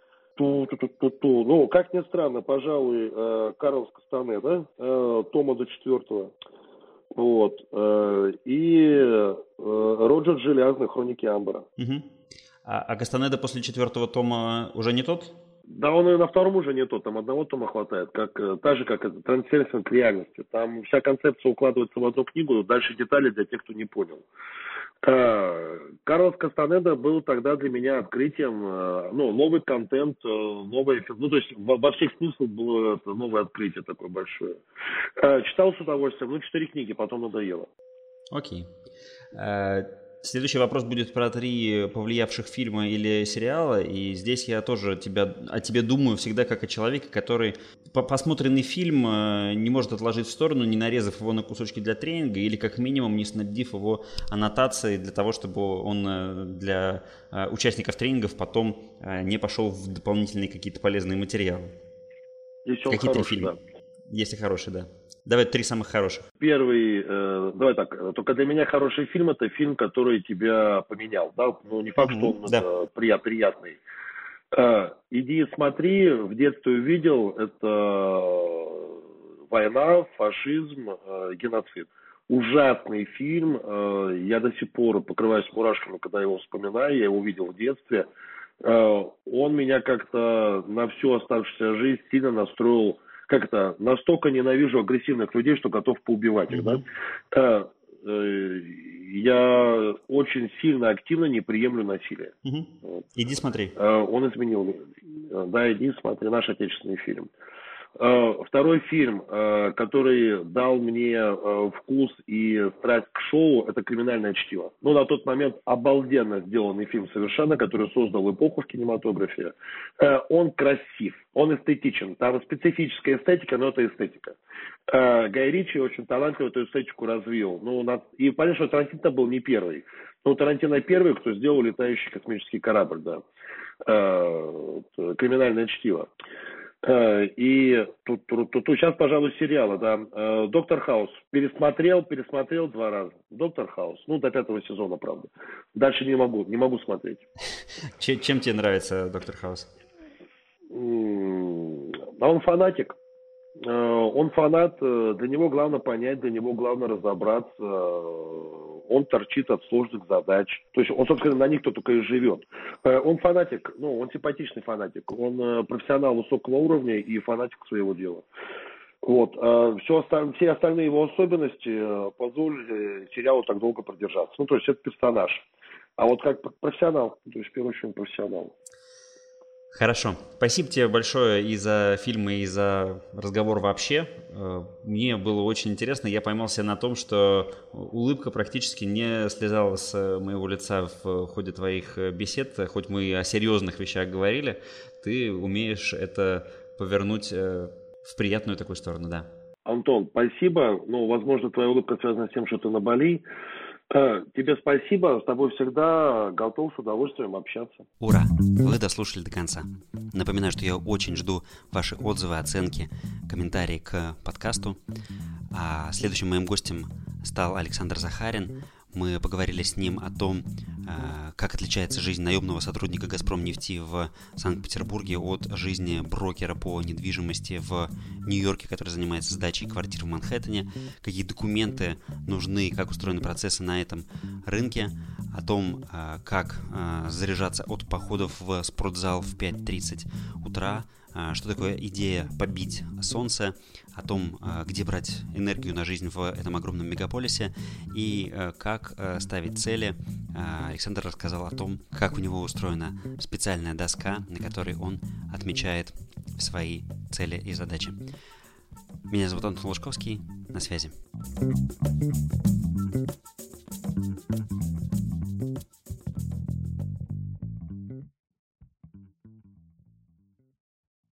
Ну, как ни странно, пожалуй, Карл Кастанеда, тома до 4. Вот. И Роджер Железный, «Хроники Амбера». А Кастанеда после 4 тома уже не тот? Да, он и на втором уже не тот, там одного тома хватает, так же, как трансференция к реальности. Там вся концепция укладывается в одну книгу, дальше детали для тех, кто не понял. Карлос Кастанеда был тогда для меня открытием, новый контент, новое, то есть во всех смыслах было это новое открытие такое большое. Читал с удовольствием, 4 книги, потом надоело. Окей. Следующий вопрос будет про 3 повлиявших фильма или сериала, и здесь я тоже о тебе думаю всегда как о человеке, который посмотренный фильм не может отложить в сторону, не нарезав его на кусочки для тренинга или как минимум не снабдив его аннотацией для того, чтобы он для участников тренингов потом не пошел в дополнительные какие-то полезные материалы. Если он хороший, да. Если хороший, да. Давай 3 самых хороших. Первый, давай так, только для меня хороший фильм – это фильм, который тебя поменял, да, не факт, что он приятный. Иди смотри, в детстве увидел, это война, фашизм, геноцид. Ужасный фильм, я до сих пор покрываюсь мурашками, когда его вспоминаю, я его увидел в детстве. Он меня как-то на всю оставшуюся жизнь сильно настроил. Настолько ненавижу агрессивных людей, что готов поубивать их, да? Я очень сильно, активно не приемлю насилие. Вот. Иди смотри. Он изменил меня. Да, иди смотри, наш отечественный фильм. Второй фильм, который дал мне вкус и страсть к шоу, это «Криминальное чтиво». На тот момент обалденно сделанный фильм совершенно, который создал эпоху в кинематографе. Он красив, он эстетичен. Там специфическая эстетика, но это эстетика. Гай Ричи очень талантливо эту эстетику развил. И понятно, что Тарантино был не первый. Тарантино первый, кто сделал летающий космический корабль, да. «Криминальное чтиво». И тут сейчас, пожалуй, сериалы, да. «Доктор Хаус». Пересмотрел 2 раза. «Доктор Хаус». До 5 сезона, правда. Дальше не могу смотреть. Чем тебе нравится «Доктор Хаус»? Он фанатик. Он фанат, для него главное понять, для него главное разобраться. Он торчит от сложных задач. То есть он, собственно, на них только и живет. Он фанатик, он симпатичный фанатик. Он профессионал высокого уровня и фанатик своего дела. Вот. Все остальные его особенности позволили сериалу так долго продержаться. То есть это персонаж. А вот как профессионал, то есть в первую очередь профессионал. Хорошо. Спасибо тебе большое и за фильмы, и за разговор вообще. Мне было очень интересно. Я поймался на том, что улыбка практически не слезала с моего лица в ходе твоих бесед. Хоть мы о серьезных вещах говорили, ты умеешь это повернуть в приятную такую сторону, да. Антон, спасибо. Возможно, твоя улыбка связана с тем, что ты на Бали. Тебе спасибо, с тобой всегда готов с удовольствием общаться. Ура! Вы дослушали до конца. Напоминаю, что я очень жду ваши отзывы, оценки, комментарии к подкасту. А следующим моим гостем стал Александр Захарин. Мы поговорили с ним о том, как отличается жизнь наемного сотрудника «Газпромнефти» в Санкт-Петербурге от жизни брокера по недвижимости в Нью-Йорке, который занимается сдачей квартир в Манхэттене, какие документы нужны, как устроены процессы на этом рынке, о том, как заряжаться от походов в спортзал в 5:30 утра что такое идея побить солнце, о том, где брать энергию на жизнь в этом огромном мегаполисе и как ставить цели. Александр рассказал о том, как у него устроена специальная доска, на которой он отмечает свои цели и задачи. Меня зовут Антон Лужковский. На связи.